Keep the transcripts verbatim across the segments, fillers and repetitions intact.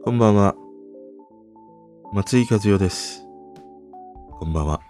こんばんは。松井和代です。こんばんは。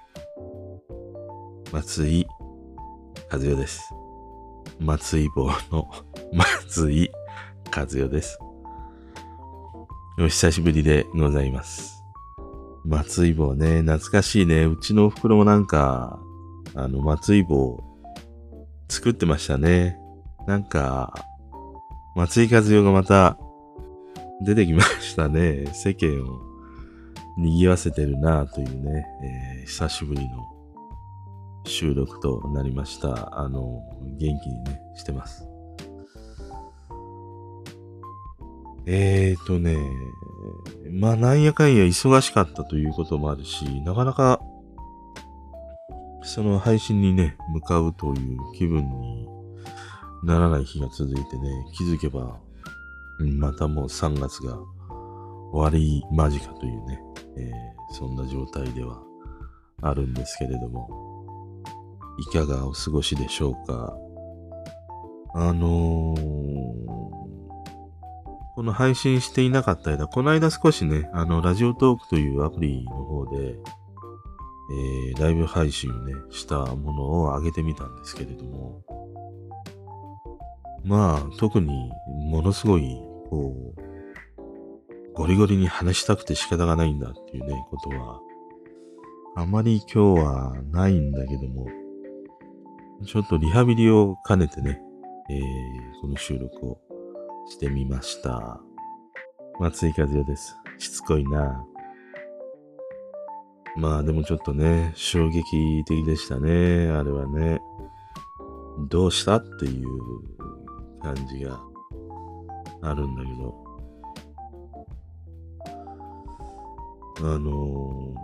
松井和代です。松井坊の松井和代です。お久しぶりでございます。松井坊ね、懐かしいね。うちのお袋もなんか、あの、松井坊作ってましたね。なんか、松井和代がまた出てきましたね。世間を賑わせてるなというね、えー、久しぶりの収録となりました。あの、元気にね、してます。えーとね、まあなんやかんや忙しかったということもあるし、なかなかその配信にね、向かうという気分にならない日が続いてね、気づけば、またもうさんがつが終わり間近というね、えー、そんな状態ではあるんですけれども、いかがお過ごしでしょうか。あのー、この配信していなかった間、この間少しね、あの、ラジオトークというアプリの方で、えー、ライブ配信をね、したものを上げてみたんですけれども、まあ、特にものすごい、こう、ゴリゴリに話したくて仕方がないんだっていうね、ことは、あまり今日はないんだけども、ちょっとリハビリを兼ねてね、えー、この収録をしてみました。松井和代です。しつこいな。まあでもちょっとね、衝撃的でしたね。あれはね。どうしたっていう感じがあるんだけど。あの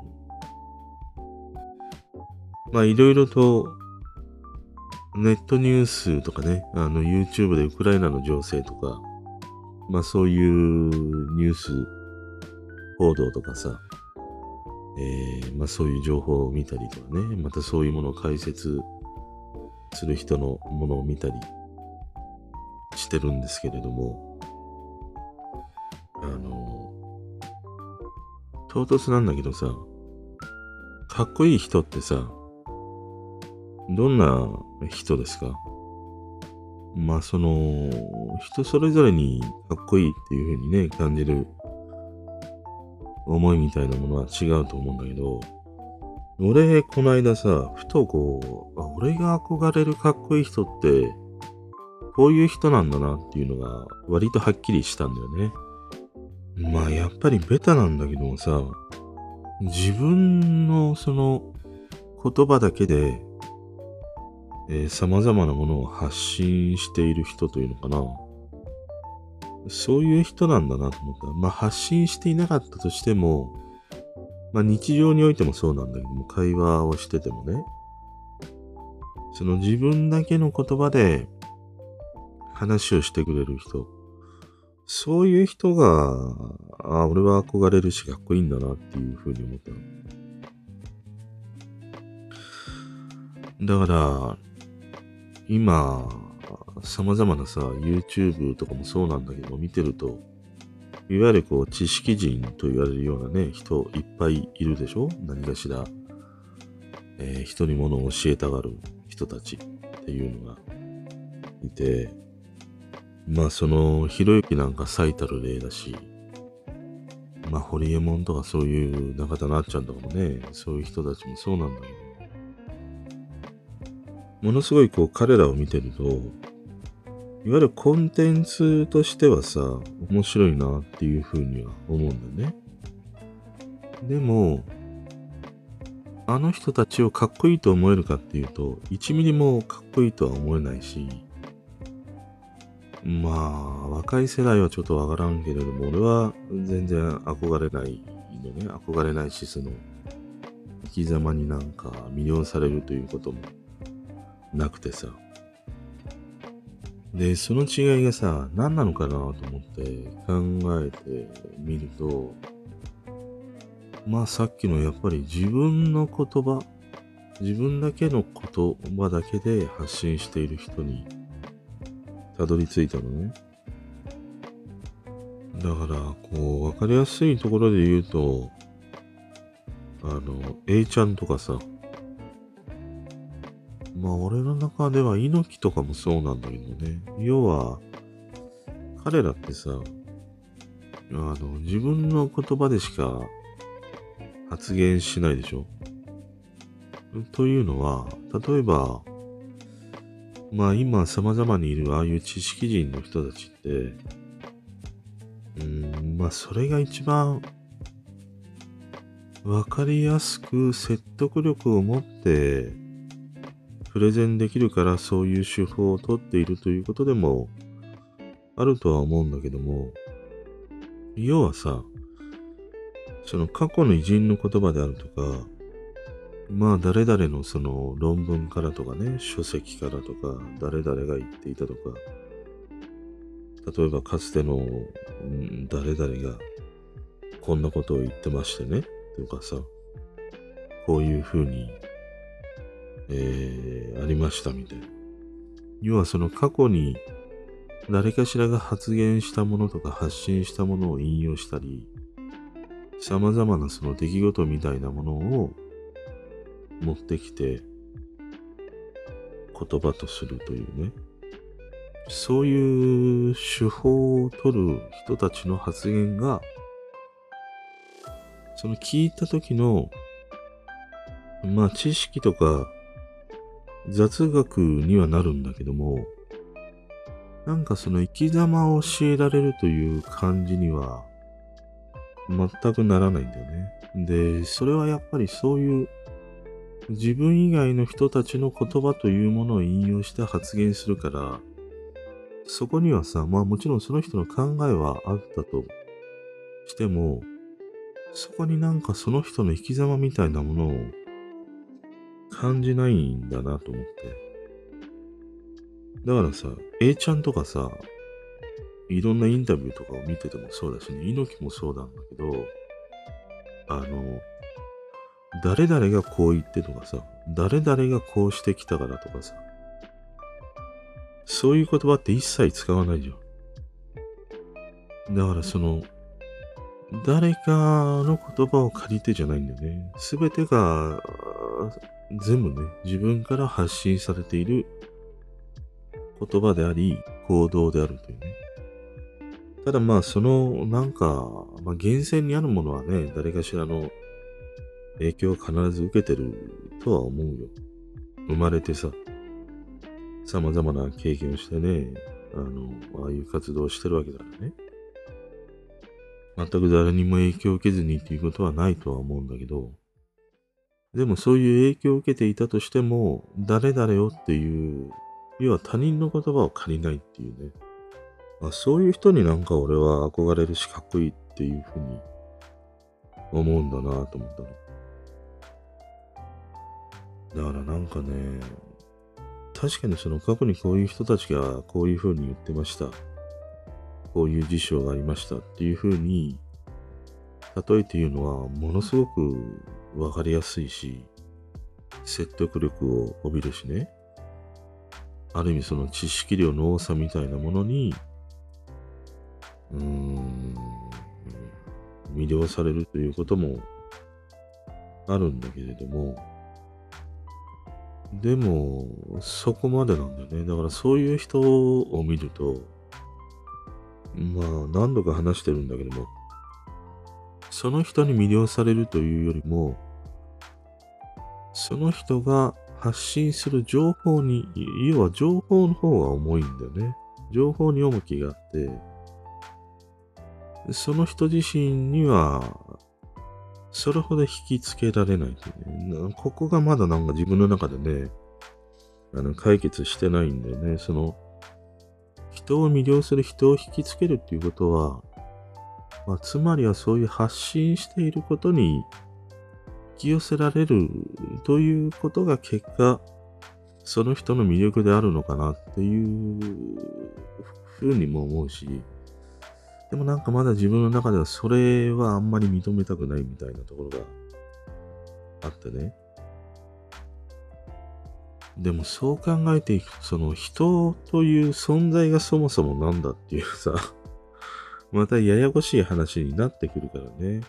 ー、まあいろいろとネットニュースとかね、あの YouTube でウクライナの情勢とか、まあそういうニュース報道とかさ、えー、まあそういう情報を見たりとかね、またそういうものを解説する人のものを見たりしてるんですけれども、あの、唐突なんだけどさ、かっこいい人ってさ、どんな人ですか？まあその、人それぞれにかっこいいっていう風にね、感じる思いみたいなものは違うと思うんだけど、俺、この間さ、ふとこう、あ、俺が憧れるかっこいい人って、こういう人なんだなっていうのが割とはっきりしたんだよね。まあやっぱりベタなんだけどもさ、自分のその言葉だけで、えー、様々なものを発信している人というのかな。そういう人なんだなと思った。まあ発信していなかったとしても、まあ日常においてもそうなんだけども、会話をしててもね、その自分だけの言葉で話をしてくれる人、そういう人が、あ、俺は憧れるしかっこいいんだなっていうふうに思ったの。だから、今、様々なさ、YouTube とかもそうなんだけど、見てると、いわゆるこう、知識人と言われるようなね、人いっぱいいるでしょ？何かしら、えー、人に物を教えたがる人たちっていうのがいて、まあその、ひろゆきなんか最たる例だし、まあ、ホリエモンとかそういう中田なっちゃんとかもね、そういう人たちもそうなんだけど、ものすごいこう彼らを見てると、いわゆるコンテンツとしてはさ、面白いなっていうふうには思うんだよね。でも、あの人たちをかっこいいと思えるかっていうと、いちミリもかっこいいとは思えないし、まあ、若い世代はちょっとわからんけれども、俺は全然憧れないのね。憧れないし、その、生き様になんか魅了されるということもなくてさ。で、その違いがさ、何なのかなと思って考えてみると、まあさっきのやっぱり自分の言葉、自分だけの言葉だけで発信している人にたどり着いたのね。 だから、こう、わかりやすいところで言うと、あの、A ちゃんとかさ、まあ俺の中では猪木とかもそうなんだけどね。要は、彼らってさ、あの、自分の言葉でしか発言しないでしょ。というのは、例えば、まあ今様々にいるああいう知識人の人たちって、うーん、まあそれが一番わかりやすく説得力を持ってプレゼンできるからそういう手法をとっているということでもあるとは思うんだけども、要はさ、その過去の偉人の言葉であるとか、まあ誰々のその論文からとかね、書籍からとか、誰々が言っていたとか、例えばかつての、うん、誰々がこんなことを言ってましてね、とかさ、こういう風に、えー、ありましたみたいな。要はその過去に誰かしらが発言したものとか発信したものを引用したり、様々なその出来事みたいなものを持ってきて言葉とするというね、そういう手法を取る人たちの発言が、その聞いた時の、まあ知識とか雑学にはなるんだけども、なんかその生き様を教えられるという感じには全くならないんだよね。で、それはやっぱりそういう自分以外の人たちの言葉というものを引用して発言するから、そこにはさ、まあもちろんその人の考えはあったとしても、そこになんかその人の生き様みたいなものを感じないんだなと思って。だからさ、A ちゃんとかさ、いろんなインタビューとかを見ててもそうだしね、猪木もそうなんだけど、あの、誰々がこう言ってとかさ、誰々がこうしてきたからとかさ、そういう言葉って一切使わないじゃん。だからその、誰かの言葉を借りてじゃないんだよね。すべてが、全部ね、自分から発信されている言葉であり、行動であるというね。ただまあ、その、なんか、まあ、源泉にあるものはね、誰かしらの影響を必ず受けてるとは思うよ。生まれてさ、様々な経験をしてね、あの、ああいう活動をしてるわけだからね。全く誰にも影響を受けずにっていうことはないとは思うんだけど、でもそういう影響を受けていたとしても、誰々よっていう、要は他人の言葉を借りないっていうね。あ、そういう人になんか俺は憧れるしかっこいいっていうふうに思うんだなと思ったの。だからなんかね、確かにその過去にこういう人たちがこういうふうに言ってました。こういう事象がありましたっていうふうに、例えて言うのはものすごくわかりやすいし、説得力を帯びるしね。ある意味その知識量の多さみたいなものに、うーん、魅了されるということもあるんだけれども、でも、そこまでなんだよね。だからそういう人を見ると、まあ何度か話してるんだけども、その人に魅了されるというよりも、その人が発信する情報に、要は情報の方が重いんだよね。情報に重きがあって、その人自身には、それほど引きつけられないというね。ここがまだなんか自分の中でね、あの解決してないんだよね。その、人を魅了する、人を引きつけるっていうことは、まあ、つまりはそういう発信していることに引き寄せられるということが結果、その人の魅力であるのかなっていうふうにも思うし、でもなんかまだ自分の中ではそれはあんまり認めたくないみたいなところがあってね。でもそう考えていくと、その人という存在がそもそもなんだっていうさ、 またややこしい話になってくるからね。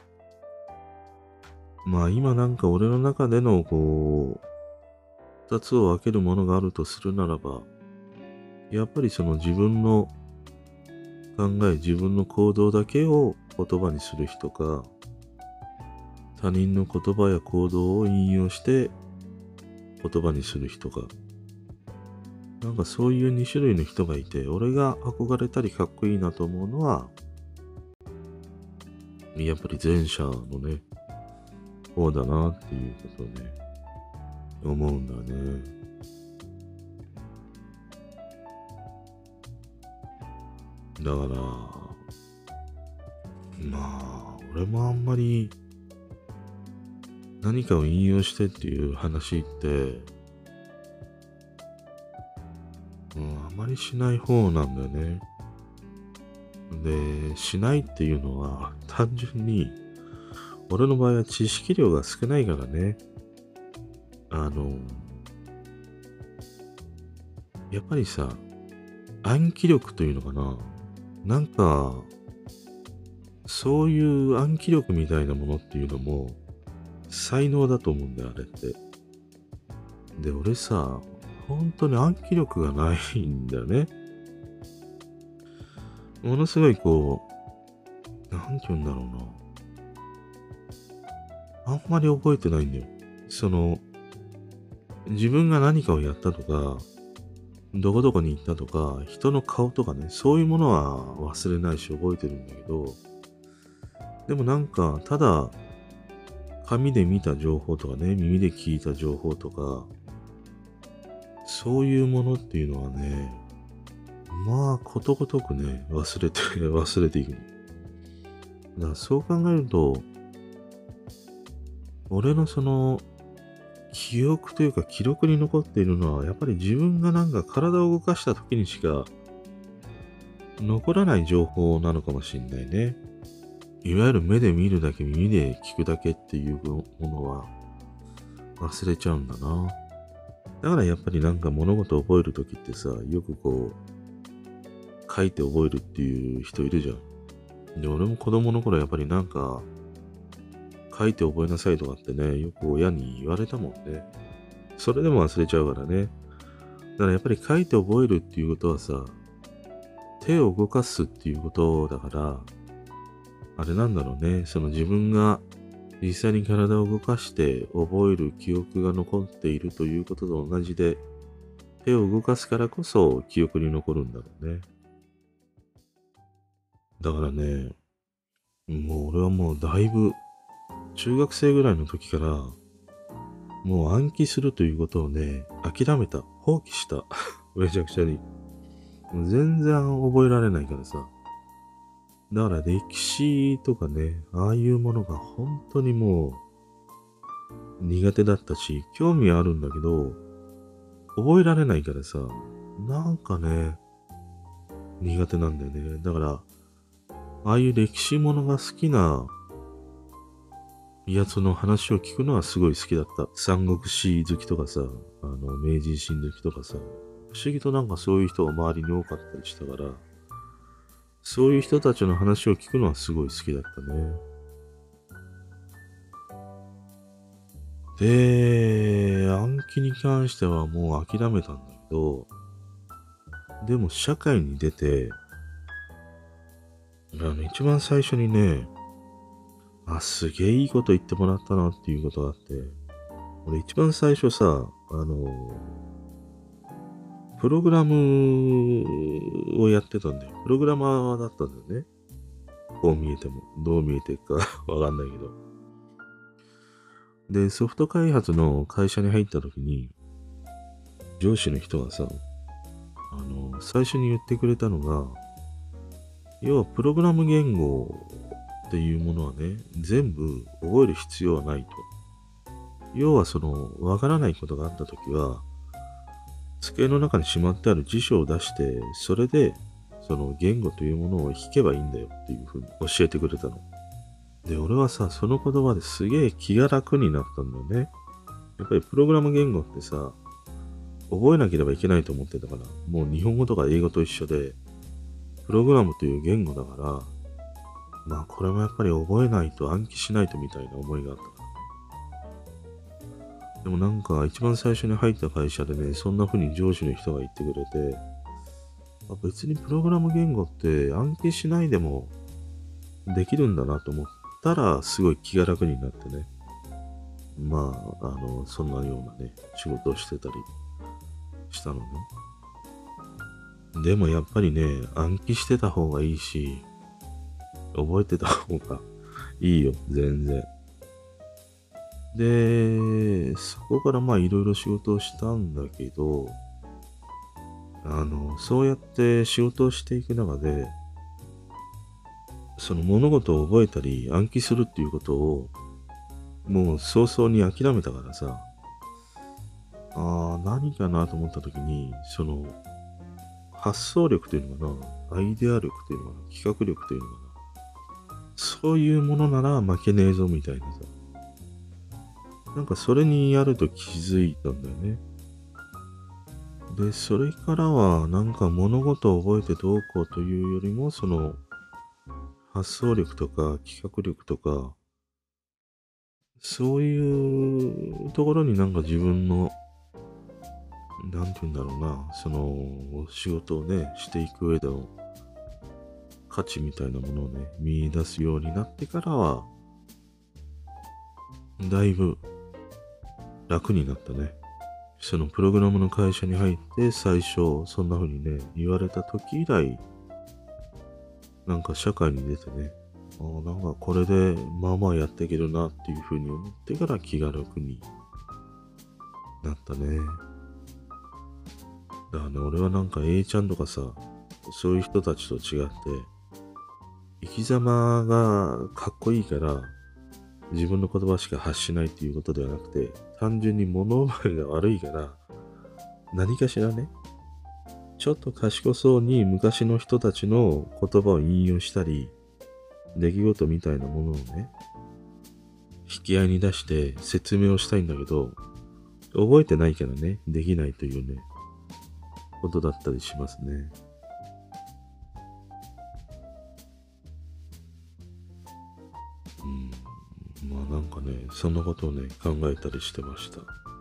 まあ今なんか俺の中でのこう、二つを分けるものがあるとするならば、やっぱりその自分の考え、自分の行動だけを言葉にする人か、他人の言葉や行動を引用して言葉にする人か。なんかそういうに種類の人がいて、俺が憧れたりかっこいいなと思うのは、やっぱり前者のね、方だなっていうことをね、思うんだね。だから、まあ、俺もあんまり何かを引用してっていう話って、うん、あまりしない方なんだよね。で、しないっていうのは単純に、俺の場合は知識量が少ないからね。あの、やっぱりさ、暗記力というのかな。なんか、そういう暗記力みたいなものっていうのも、才能だと思うんだよ、あれって。で、俺さ、本当に暗記力がないんだよね。ものすごいこう、なんて言うんだろうな。あんまり覚えてないんだよ。その、自分が何かをやったとか、どこどこに行ったとか、人の顔とかね、そういうものは忘れないし覚えてるんだけど、でもなんか、ただ、紙で見た情報とかね、耳で聞いた情報とか、そういうものっていうのはね、まあ、ことごとくね、忘れて、忘れていくの。だからそう考えると、俺のその、記憶というか記録に残っているのは、やっぱり自分がなんか体を動かした時にしか残らない情報なのかもしんないね。いわゆる目で見るだけ、耳で聞くだけっていうものは忘れちゃうんだな。だからやっぱりなんか物事を覚えるときってさ、よくこう、書いて覚えるっていう人いるじゃん。で、俺も子供の頃やっぱりなんか、書いて覚えなさいとかってね、よく親に言われたもんね。それでも忘れちゃうからね。だからやっぱり書いて覚えるっていうことはさ、手を動かすっていうことだから、あれなんだろうね。その自分が実際に体を動かして覚える記憶が残っているということと同じで、手を動かすからこそ記憶に残るんだろうね。だからね、もう俺はもうだいぶ中学生ぐらいの時から、もう暗記するということをね、諦めた。放棄した。めちゃくちゃに。もう全然覚えられないからさ。だから歴史とかね、ああいうものが本当にもう苦手だったし、興味はあるんだけど、覚えられないからさ、なんかね、苦手なんだよね。だから、ああいう歴史ものが好きなやつの話を聞くのはすごい好きだった。三国志好きとかさ、あの、明治維新好きとかさ、不思議となんかそういう人が周りに多かったりしたから、そういう人たちの話を聞くのはすごい好きだったね。で、暗記に関してはもう諦めたんだけど、でも社会に出て、あの一番最初にね、あ、すげえいいこと言ってもらったなっていうことがあって、俺一番最初さ、あの、プログラムをやってたんだよ。プログラマーだったんだよね。こう見えても、どう見えてるかわかんないけど。で、ソフト開発の会社に入った時に、上司の人がさ、あの、最初に言ってくれたのが、要はプログラム言語っていうものはね、全部覚える必要はないと。要はその、わからないことがあったときは、机の中にしまってある辞書を出して、それで、その言語というものを弾けばいいんだよっていうふうに教えてくれたの。で、俺はさ、その言葉ですげえ気が楽になったんだよね。やっぱりプログラム言語ってさ、覚えなければいけないと思ってたから、もう日本語とか英語と一緒で、プログラムという言語だから、 まあこれもやっぱり覚えないと暗記しないとみたいな思いがあったから。でもなんか一番最初に入った会社でね、そんな風に上司の人が言ってくれて、あ、別にプログラム言語って暗記しないでもできるんだなと思ったら、すごい気が楽になってね。まあ、あの、そんなようなね、仕事をしてたりしたのね。でもやっぱりね、暗記してた方がいいし、覚えてた方がいいよ、全然。で、そこからまあいろいろ仕事をしたんだけど、あの、そうやって仕事をしていく中で、その物事を覚えたり暗記するっていうことを、もう早々に諦めたからさ、ああ、何かなと思った時に、その、発想力というのかな、アイデア力というのかな、企画力というのかな、そういうものなら負けねえぞみたいなさ、なんかそれにやると気づいたんだよね。で、それからはなんか物事を覚えてどうこうというよりも、その発想力とか企画力とか、そういうところになんか自分の、なんて言うんだろうな、その仕事をね、していく上での価値みたいなものをね、見出すようになってからは、だいぶ楽になったね。そのプログラムの会社に入って最初そんな風にね、言われた時以来、なんか社会に出てね、あーなんかこれでまあまあやっていけるなっていう風に思ってから気が楽になったね。だからね、俺はなんか A ちゃんとかさ、そういう人たちと違って、生き様がかっこいいから自分の言葉しか発しないっていうことではなくて、単純に物覚えが悪いから、何かしらね、ちょっと賢そうに昔の人たちの言葉を引用したり、出来事みたいなものをね、引き合いに出して説明をしたいんだけど、覚えてないからね、できないというね、ことだったりしますね。うん。まあなんかね、そんなことをね、考えたりしてました。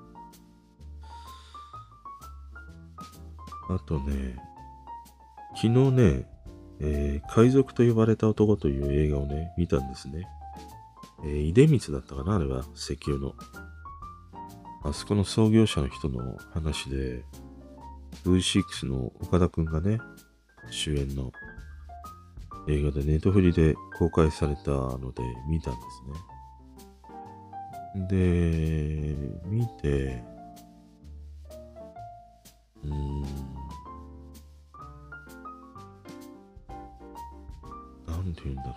あとね、昨日ね、えー海賊と呼ばれた男という映画をね、見たんですね。えー、出光だったかなあれは、石油の。あそこの創業者の人の話で、ブイシックス の岡田くんがね、主演の映画でネットフリで公開されたので見たんですね。で、見て、うーん、なんて言うんだろ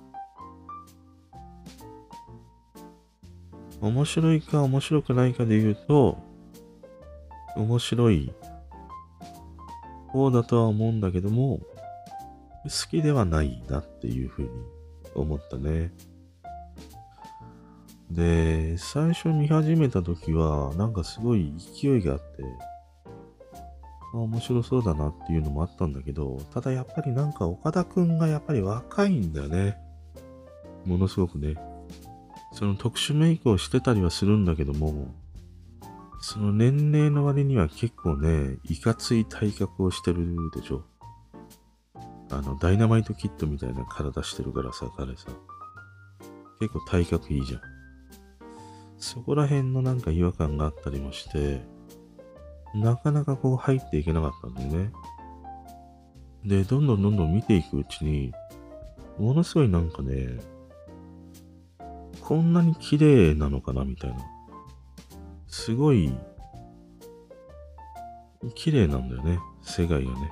う。面白いか面白くないかで言うと、面白い方だとは思うんだけども、好きではないなっていうふうに思ったね。で、最初見始めた時は、なんかすごい勢いがあって、あ、面白そうだなっていうのもあったんだけど、ただやっぱりなんか岡田くんがやっぱり若いんだよね。ものすごくね。その特殊メイクをしてたりはするんだけども、その年齢の割には結構ね、いかつい体格をしてるでしょ。あの、ダイナマイトキッドみたいな体してるからさ、彼さ。結構体格いいじゃん。そこら辺のなんか違和感があったりもして、なかなかこう入っていけなかったんだよね。で、どんどんどんどん見ていくうちに、ものすごいなんかね、こんなに綺麗なのかなみたいな。すごい、綺麗なんだよね。世界がね。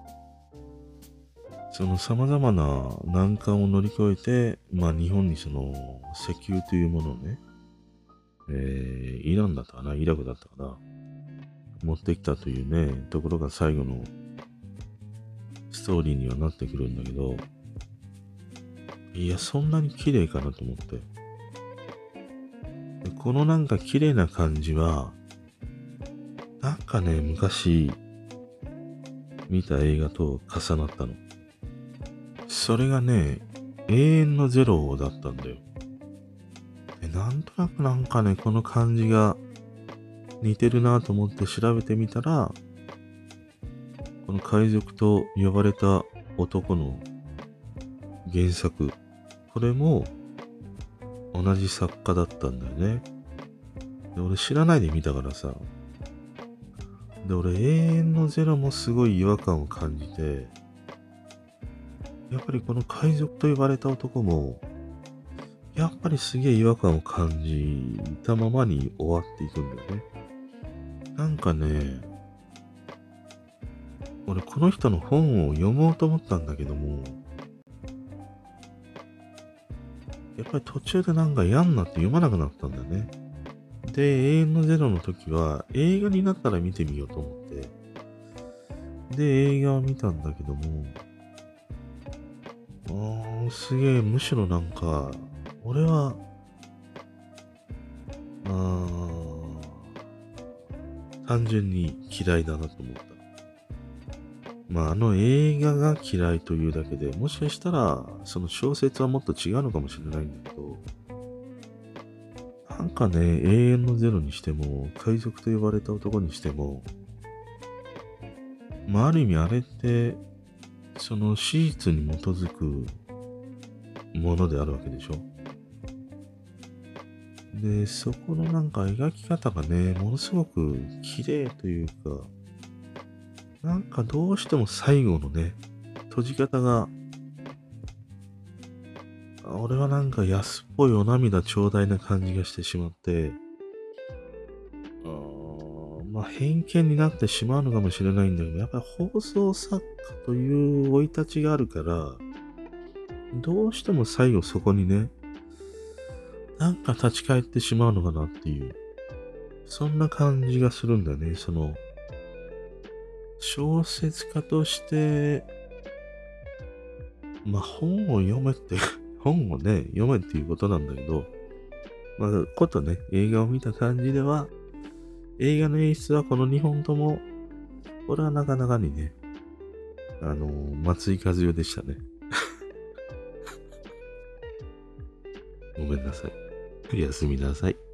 その様々な難関を乗り越えて、まあ日本にその石油というものをね、えー、イランだったかな、イラクだったかな、持ってきたというね、ところが最後のストーリーにはなってくるんだけど、いや、そんなに綺麗かなと思って。でこのなんか綺麗な感じは、なんかね、昔見た映画と重なったの。それがね、 永遠のゼロだったんだよ。で、なんとなくなんかね、この感じが似てるなと思って調べてみたら、この海賊と呼ばれた男の原作、これも同じ作家だったんだよね。で、俺知らないで見たからさ。で、俺永遠のゼロもすごい違和感を感じて、やっぱりこの海賊と呼ばれた男も、やっぱりすげえ違和感を感じたままに終わっていくんだよね。なんかね、俺この人の本を読もうと思ったんだけども、やっぱり途中でなんか嫌になって読まなくなったんだよね。で、永遠のゼロの時は映画になったら見てみようと思って、で、映画を見たんだけども、あーすげえ、むしろなんか、俺は、あー単純に嫌いだなと思った。まあ、あの映画が嫌いというだけで、もしかしたら、その小説はもっと違うのかもしれないんだけど、なんかね、永遠のゼロにしても、海賊と呼ばれた男にしても、まあ、ある意味あれって、その史実に基づくものであるわけでしょ。で、そこのなんか描き方がね、ものすごく綺麗というか、なんかどうしても最後のね、閉じ方が、俺はなんか安っぽいお涙ちょうだいな感じがしてしまって、うーんまあ偏見になってしまうのかもしれないんだけど、やっぱり放送作家という生い立ちがあるから、どうしても最後そこにね、なんか立ち返ってしまうのかなっていう、そんな感じがするんだよね。その、小説家として、まあ本を読めって本をね、読めっていうことなんだけど、まあ、ことね、映画を見た感じでは、映画の演出はこのにほんとも、これはなかなかにね、あのー、松井和代でしたね。ごめんなさい。おやすみなさい。